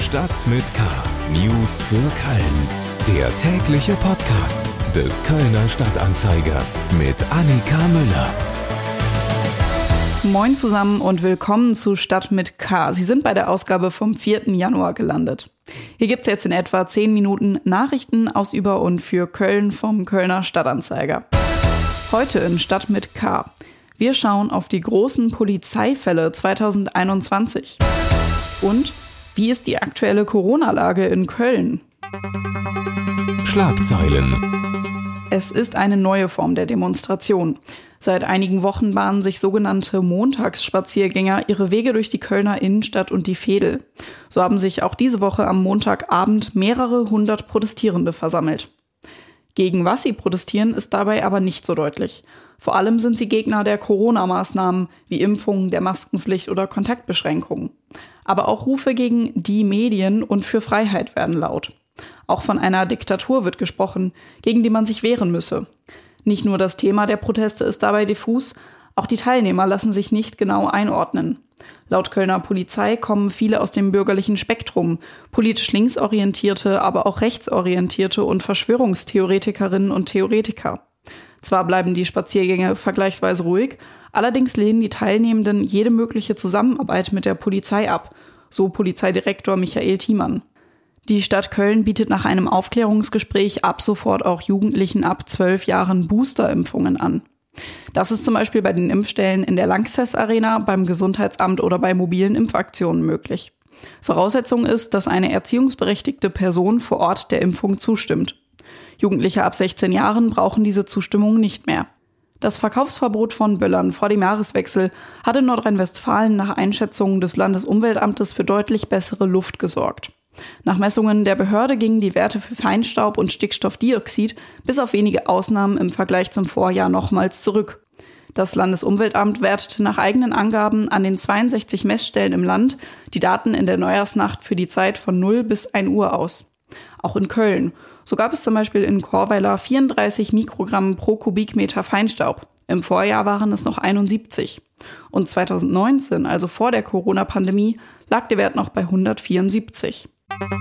Stadt mit K. News für Köln. Der tägliche Podcast des Kölner Stadtanzeiger mit Annika Müller. Moin zusammen und willkommen zu Stadt mit K. Sie sind bei der Ausgabe vom 4. Januar gelandet. Hier gibt es jetzt in etwa 10 Minuten Nachrichten aus, über und für Köln vom Kölner Stadtanzeiger. Heute in Stadt mit K. Wir schauen auf die großen Polizeifälle 2021. Und wie ist die aktuelle Corona-Lage in Köln? Schlagzeilen. Es ist eine neue Form der Demonstration. Seit einigen Wochen bahnen sich sogenannte Montagsspaziergänger ihre Wege durch die Kölner Innenstadt und die Veedel. So haben sich auch diese Woche am Montagabend mehrere hundert Protestierende versammelt. Gegen was sie protestieren, ist dabei aber nicht so deutlich. Vor allem sind sie Gegner der Corona-Maßnahmen wie Impfungen, der Maskenpflicht oder Kontaktbeschränkungen. Aber auch Rufe gegen die Medien und für Freiheit werden laut. Auch von einer Diktatur wird gesprochen, gegen die man sich wehren müsse. Nicht nur das Thema der Proteste ist dabei diffus, auch die Teilnehmer lassen sich nicht genau einordnen. Laut Kölner Polizei kommen viele aus dem bürgerlichen Spektrum, politisch linksorientierte, aber auch rechtsorientierte und Verschwörungstheoretikerinnen und Theoretiker. Zwar bleiben die Spaziergänge vergleichsweise ruhig, allerdings lehnen die Teilnehmenden jede mögliche Zusammenarbeit mit der Polizei ab, so Polizeidirektor Michael Thiemann. Die Stadt Köln bietet nach einem Aufklärungsgespräch ab sofort auch Jugendlichen ab 12 Jahren Boosterimpfungen an. Das ist zum Beispiel bei den Impfstellen in der Lanxess Arena, beim Gesundheitsamt oder bei mobilen Impfaktionen möglich. Voraussetzung ist, dass eine erziehungsberechtigte Person vor Ort der Impfung zustimmt. Jugendliche ab 16 Jahren brauchen diese Zustimmung nicht mehr. Das Verkaufsverbot von Böllern vor dem Jahreswechsel hat in Nordrhein-Westfalen nach Einschätzungen des Landesumweltamtes für deutlich bessere Luft gesorgt. Nach Messungen der Behörde gingen die Werte für Feinstaub und Stickstoffdioxid bis auf wenige Ausnahmen im Vergleich zum Vorjahr nochmals zurück. Das Landesumweltamt wertete nach eigenen Angaben an den 62 Messstellen im Land die Daten in der Neujahrsnacht für die Zeit von 0 bis 1 Uhr aus. Auch in Köln. So gab es zum Beispiel in Chorweiler 34 Mikrogramm pro Kubikmeter Feinstaub. Im Vorjahr waren es noch 71. Und 2019, also vor der Corona-Pandemie, lag der Wert noch bei 174.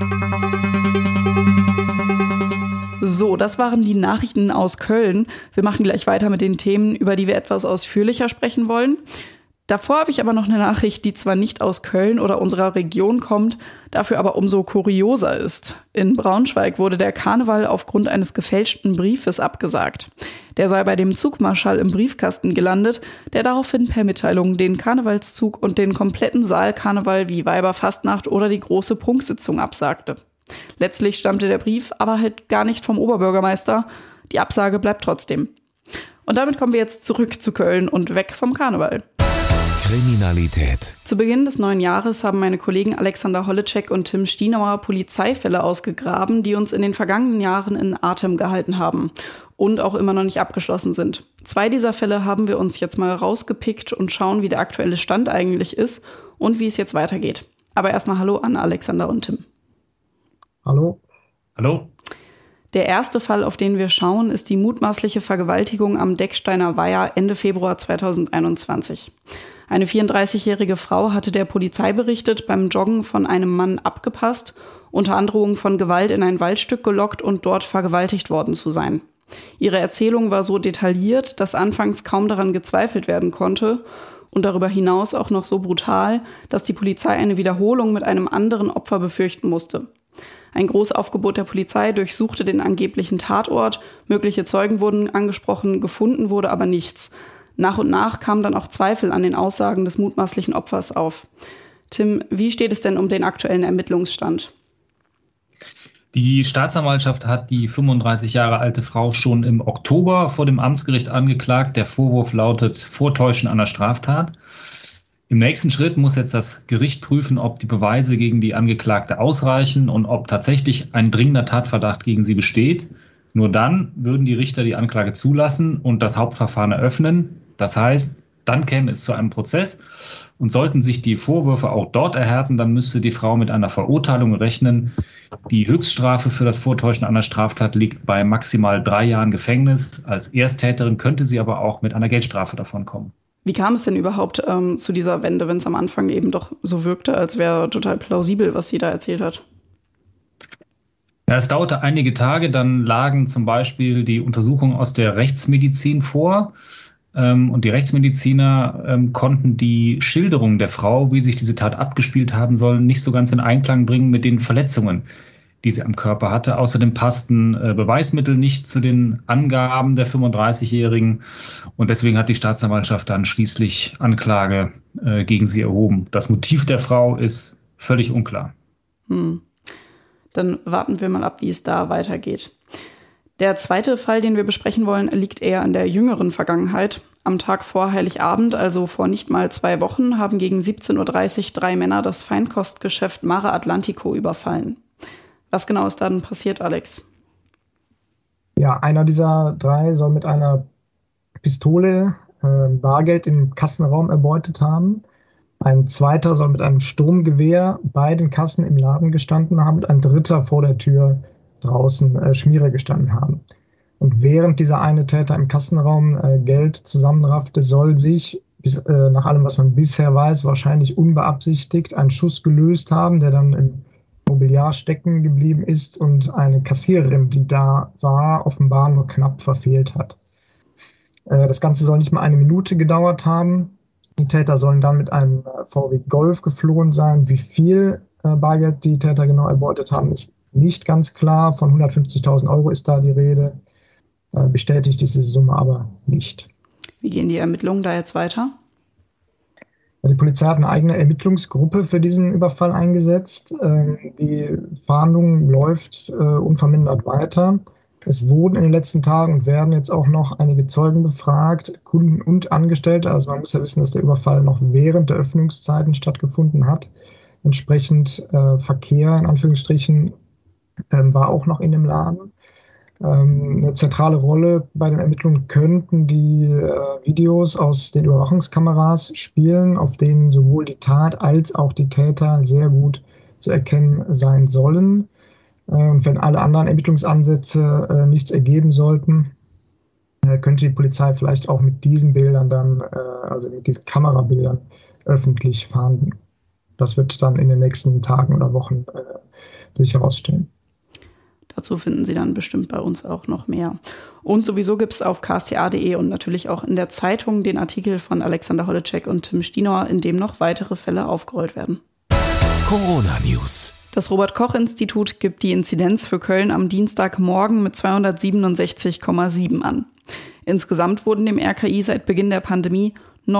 So, das waren die Nachrichten aus Köln. Wir machen gleich weiter mit den Themen, über die wir etwas ausführlicher sprechen wollen. Davor habe ich aber noch eine Nachricht, die zwar nicht aus Köln oder unserer Region kommt, dafür aber umso kurioser ist. In Braunschweig wurde der Karneval aufgrund eines gefälschten Briefes abgesagt. Der sei bei dem Zugmarschall im Briefkasten gelandet, der daraufhin per Mitteilung den Karnevalszug und den kompletten Saalkarneval wie Weiberfastnacht oder die große Prunksitzung absagte. Letztlich stammte der Brief aber halt gar nicht vom Oberbürgermeister. Die Absage bleibt trotzdem. Und damit kommen wir jetzt zurück zu Köln und weg vom Karneval. Kriminalität. Zu Beginn des neuen Jahres haben meine Kollegen Alexander Holleczek und Tim Stienauer Polizeifälle ausgegraben, die uns in den vergangenen Jahren in Atem gehalten haben und auch immer noch nicht abgeschlossen sind. 2 dieser Fälle haben wir uns jetzt mal rausgepickt und schauen, wie der aktuelle Stand eigentlich ist und wie es jetzt weitergeht. Aber erstmal Hallo an Alexander und Tim. Hallo. Hallo. Der erste Fall, auf den wir schauen, ist die mutmaßliche Vergewaltigung am Decksteiner Weiher Ende Februar 2021. Eine 34-jährige Frau hatte der Polizei berichtet, beim Joggen von einem Mann abgepasst, unter Androhung von Gewalt in ein Waldstück gelockt und dort vergewaltigt worden zu sein. Ihre Erzählung war so detailliert, dass anfangs kaum daran gezweifelt werden konnte und darüber hinaus auch noch so brutal, dass die Polizei eine Wiederholung mit einem anderen Opfer befürchten musste. Ein Großaufgebot der Polizei durchsuchte den angeblichen Tatort, mögliche Zeugen wurden angesprochen, gefunden wurde aber nichts. Nach und nach kamen dann auch Zweifel an den Aussagen des mutmaßlichen Opfers auf. Tim, wie steht es denn um den aktuellen Ermittlungsstand? Die Staatsanwaltschaft hat die 35 Jahre alte Frau schon im Oktober vor dem Amtsgericht angeklagt. Der Vorwurf lautet Vortäuschen einer Straftat. Im nächsten Schritt muss jetzt das Gericht prüfen, ob die Beweise gegen die Angeklagte ausreichen und ob tatsächlich ein dringender Tatverdacht gegen sie besteht. Nur dann würden die Richter die Anklage zulassen und das Hauptverfahren eröffnen. Das heißt, dann käme es zu einem Prozess. Und sollten sich die Vorwürfe auch dort erhärten, dann müsste die Frau mit einer Verurteilung rechnen. Die Höchststrafe für das Vortäuschen einer Straftat liegt bei maximal 3 Jahren Gefängnis. Als Ersttäterin könnte sie aber auch mit einer Geldstrafe davonkommen. Wie kam es denn überhaupt zu dieser Wende, wenn es am Anfang eben doch so wirkte, als wäre total plausibel, was sie da erzählt hat? Ja, es dauerte einige Tage, dann lagen zum Beispiel die Untersuchungen aus der Rechtsmedizin vor. Und die Rechtsmediziner konnten die Schilderung der Frau, wie sich diese Tat abgespielt haben soll, nicht so ganz in Einklang bringen mit den Verletzungen, die sie am Körper hatte. Außerdem passten Beweismittel nicht zu den Angaben der 35-Jährigen. Und deswegen hat die Staatsanwaltschaft dann schließlich Anklage gegen sie erhoben. Das Motiv der Frau ist völlig unklar. Dann warten wir mal ab, wie es da weitergeht. Der zweite Fall, den wir besprechen wollen, liegt eher in der jüngeren Vergangenheit. Am Tag vor Heiligabend, also vor nicht mal 2 Wochen, haben gegen 17.30 Uhr 3 Männer das Feinkostgeschäft Mare Atlantico überfallen. Was genau ist da denn passiert, Alex? Ja, einer dieser 3 soll mit einer Pistole Bargeld im Kassenraum erbeutet haben. Ein zweiter soll mit einem Sturmgewehr bei den Kassen im Laden gestanden haben und ein dritter vor der Tür draußen Schmiere gestanden haben. Und während dieser eine Täter im Kassenraum Geld zusammenraffte, soll sich, nach allem, was man bisher weiß, wahrscheinlich unbeabsichtigt ein Schuss gelöst haben, der dann im Mobiliar stecken geblieben ist und eine Kassiererin, die da war, offenbar nur knapp verfehlt hat. Das Ganze soll nicht mal 1 Minute gedauert haben. Die Täter sollen dann mit einem VW Golf geflohen sein. Wie viel Bargeld die Täter genau erbeutet haben, ist nicht ganz klar. Von 150.000 Euro ist da die Rede. Bestätigt diese Summe aber nicht. Wie gehen die Ermittlungen da jetzt weiter? Die Polizei hat eine eigene Ermittlungsgruppe für diesen Überfall eingesetzt. Die Fahndung läuft unvermindert weiter. Es wurden in den letzten Tagen und werden jetzt auch noch einige Zeugen befragt, Kunden und Angestellte. Also man muss ja wissen, dass der Überfall noch während der Öffnungszeiten stattgefunden hat. Entsprechend Verkehr, in Anführungsstrichen, war auch noch in dem Laden. Eine zentrale Rolle bei den Ermittlungen könnten die Videos aus den Überwachungskameras spielen, auf denen sowohl die Tat als auch die Täter sehr gut zu erkennen sein sollen. Und wenn alle anderen Ermittlungsansätze nichts ergeben sollten, könnte die Polizei vielleicht auch mit diesen Bildern dann, also mit diesen Kamerabildern, öffentlich fahnden. Das wird dann in den nächsten Tagen oder Wochen sich herausstellen. Dazu finden Sie dann bestimmt bei uns auch noch mehr. Und sowieso gibt es auf ksta.de und natürlich auch in der Zeitung den Artikel von Alexander Holitschek und Tim Stienor, in dem noch weitere Fälle aufgerollt werden. Corona News. Das Robert-Koch-Institut gibt die Inzidenz für Köln am Dienstagmorgen mit 267,7 an. Insgesamt wurden dem RKI seit Beginn der Pandemie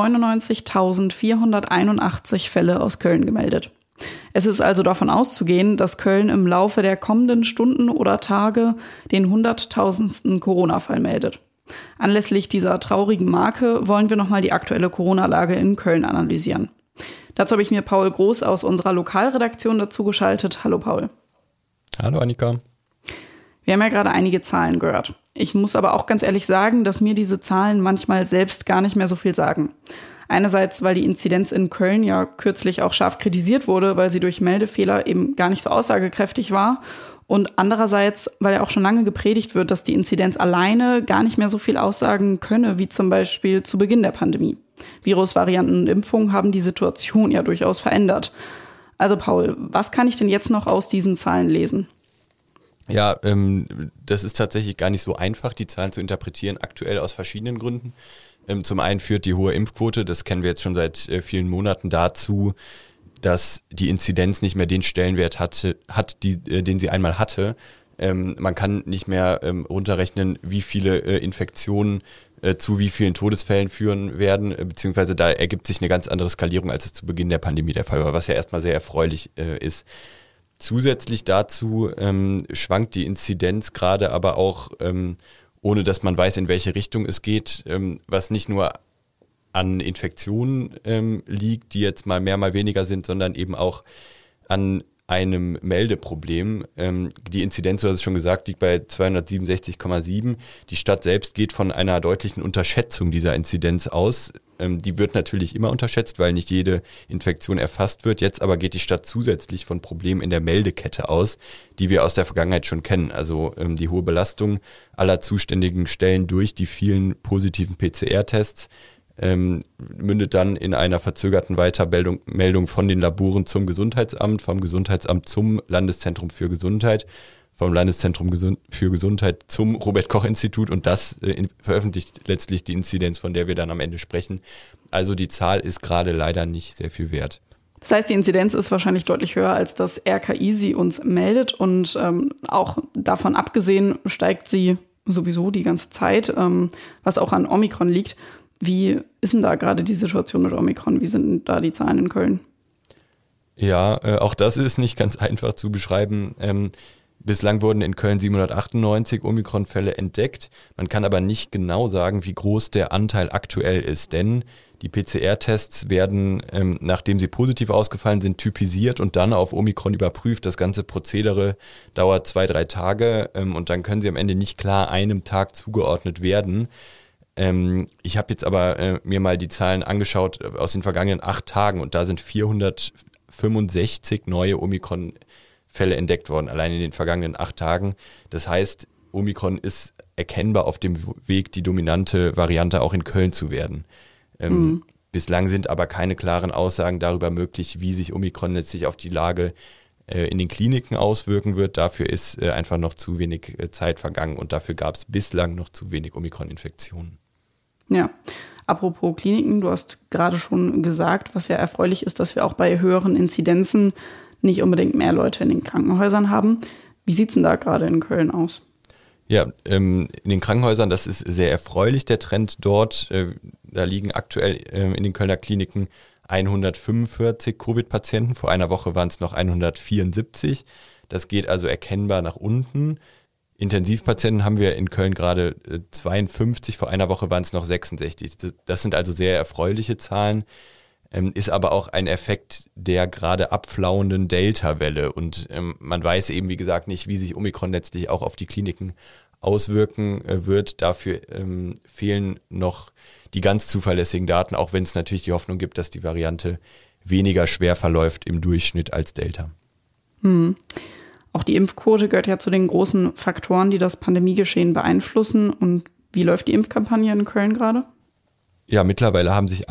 99.481 Fälle aus Köln gemeldet. Es ist also davon auszugehen, dass Köln im Laufe der kommenden Stunden oder Tage den 100.000. Corona-Fall meldet. Anlässlich dieser traurigen Marke wollen wir nochmal die aktuelle Corona-Lage in Köln analysieren. Dazu habe ich mir Paul Groß aus unserer Lokalredaktion dazugeschaltet. Hallo Paul. Hallo Annika. Wir haben ja gerade einige Zahlen gehört. Ich muss aber auch ganz ehrlich sagen, dass mir diese Zahlen manchmal selbst gar nicht mehr so viel sagen. Einerseits, weil die Inzidenz in Köln ja kürzlich auch scharf kritisiert wurde, weil sie durch Meldefehler eben gar nicht so aussagekräftig war. Und andererseits, weil ja auch schon lange gepredigt wird, dass die Inzidenz alleine gar nicht mehr so viel aussagen könne, wie zum Beispiel zu Beginn der Pandemie. Virusvarianten und Impfungen haben die Situation ja durchaus verändert. Also Paul, was kann ich denn jetzt noch aus diesen Zahlen lesen? Ja, das ist tatsächlich gar nicht so einfach, die Zahlen zu interpretieren, aktuell aus verschiedenen Gründen. Zum einen führt die hohe Impfquote, das kennen wir jetzt schon seit vielen Monaten, dazu, dass die Inzidenz nicht mehr den Stellenwert hat, den sie einmal hatte. Man kann nicht mehr runterrechnen, wie viele Infektionen zu wie vielen Todesfällen führen werden, beziehungsweise da ergibt sich eine ganz andere Skalierung, als es zu Beginn der Pandemie der Fall war, was ja erstmal sehr erfreulich ist. Zusätzlich dazu schwankt die Inzidenz gerade aber auch, ohne dass man weiß, in welche Richtung es geht, was nicht nur an Infektionen liegt, die jetzt mal mehr, mal weniger sind, sondern eben auch an einem Meldeproblem. Die Inzidenz, du hast es schon gesagt, liegt bei 267,7. Die Stadt selbst geht von einer deutlichen Unterschätzung dieser Inzidenz aus. Die wird natürlich immer unterschätzt, weil nicht jede Infektion erfasst wird. Jetzt aber geht die Stadt zusätzlich von Problemen in der Meldekette aus, die wir aus der Vergangenheit schon kennen. Also die hohe Belastung aller zuständigen Stellen durch die vielen positiven PCR-Tests, mündet dann in einer verzögerten Weitermeldung von den Laboren zum Gesundheitsamt, vom Gesundheitsamt zum Landeszentrum für Gesundheit, vom Landeszentrum für Gesundheit zum Robert-Koch-Institut und das veröffentlicht letztlich die Inzidenz, von der wir dann am Ende sprechen. Also die Zahl ist gerade leider nicht sehr viel wert. Das heißt, die Inzidenz ist wahrscheinlich deutlich höher, als das RKI sie uns meldet und auch davon abgesehen steigt sie sowieso die ganze Zeit, was auch an Omikron liegt. Wie ist denn da gerade die Situation mit Omikron? Wie sind da die Zahlen in Köln? Ja, auch das ist nicht ganz einfach zu beschreiben. Bislang wurden in Köln 798 Omikron-Fälle entdeckt. Man kann aber nicht genau sagen, wie groß der Anteil aktuell ist, denn die PCR-Tests werden, nachdem sie positiv ausgefallen sind, typisiert und dann auf Omikron überprüft. Das ganze Prozedere dauert 2-3 Tage und dann können sie am Ende nicht klar einem Tag zugeordnet werden. Ich habe jetzt aber mir mal die Zahlen angeschaut aus den vergangenen 8 Tagen und da sind 465 neue Omikron-Fälle entdeckt worden, allein in den vergangenen 8 Tagen. Das heißt, Omikron ist erkennbar auf dem Weg, die dominante Variante auch in Köln zu werden. Bislang sind aber keine klaren Aussagen darüber möglich, wie sich Omikron letztlich auf die Lage in den Kliniken auswirken wird. Dafür ist einfach noch zu wenig Zeit vergangen und dafür gab es bislang noch zu wenig Omikron-Infektionen. Ja, apropos Kliniken, du hast gerade schon gesagt, was ja erfreulich ist, dass wir auch bei höheren Inzidenzen nicht unbedingt mehr Leute in den Krankenhäusern haben. Wie sieht es denn da gerade in Köln aus? Ja, in den Krankenhäusern, das ist sehr erfreulich, der Trend dort. Da liegen aktuell in den Kölner Kliniken 145 Covid-Patienten. Vor einer Woche waren es noch 174. Das geht also erkennbar nach unten. Intensivpatienten haben wir in Köln gerade 52, vor einer Woche waren es noch 66. Das sind also sehr erfreuliche Zahlen, ist aber auch ein Effekt der gerade abflauenden Delta-Welle. Und man weiß eben, wie gesagt, nicht, wie sich Omikron letztlich auch auf die Kliniken auswirken wird. Dafür fehlen noch die ganz zuverlässigen Daten, auch wenn es natürlich die Hoffnung gibt, dass die Variante weniger schwer verläuft im Durchschnitt als Delta. Auch die Impfquote gehört ja zu den großen Faktoren, die das Pandemiegeschehen beeinflussen. Und wie läuft die Impfkampagne in Köln gerade? Ja, mittlerweile haben sich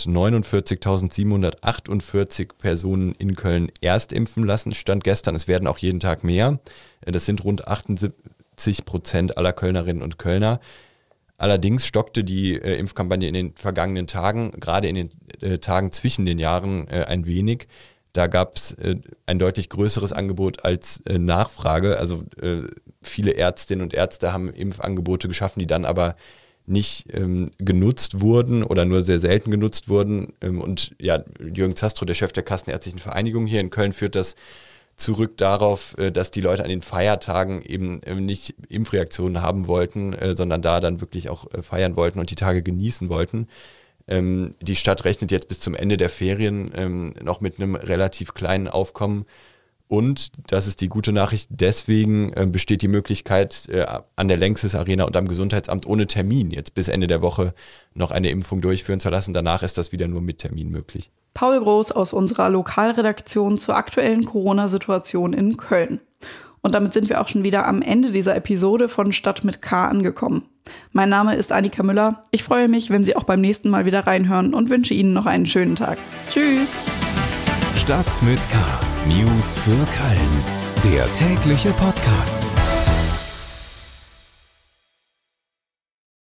849.748 Personen in Köln erst impfen lassen. Stand gestern, es werden auch jeden Tag mehr. Das sind rund 78% aller Kölnerinnen und Kölner. Allerdings stockte die Impfkampagne in den vergangenen Tagen, gerade in den Tagen zwischen den Jahren, ein wenig. Da gab es ein deutlich größeres Angebot als Nachfrage. Also viele Ärztinnen und Ärzte haben Impfangebote geschaffen, die dann aber nicht genutzt wurden oder nur sehr selten genutzt wurden. Und ja, Jürgen Zastrow, der Chef der Kassenärztlichen Vereinigung hier in Köln, führt das zurück darauf, dass die Leute an den Feiertagen eben nicht Impfreaktionen haben wollten, sondern da dann wirklich auch feiern wollten und die Tage genießen wollten. Die Stadt rechnet jetzt bis zum Ende der Ferien noch mit einem relativ kleinen Aufkommen. Und, das ist die gute Nachricht, deswegen besteht die Möglichkeit, an der Längstes Arena und am Gesundheitsamt ohne Termin jetzt bis Ende der Woche noch eine Impfung durchführen zu lassen. Danach ist das wieder nur mit Termin möglich. Paul Groß aus unserer Lokalredaktion zur aktuellen Corona-Situation in Köln. Und damit sind wir auch schon wieder am Ende dieser Episode von Stadt mit K angekommen. Mein Name ist Annika Müller. Ich freue mich, wenn Sie auch beim nächsten Mal wieder reinhören und wünsche Ihnen noch einen schönen Tag. Tschüss! Stadt mit K. News für Köln. Der tägliche Podcast.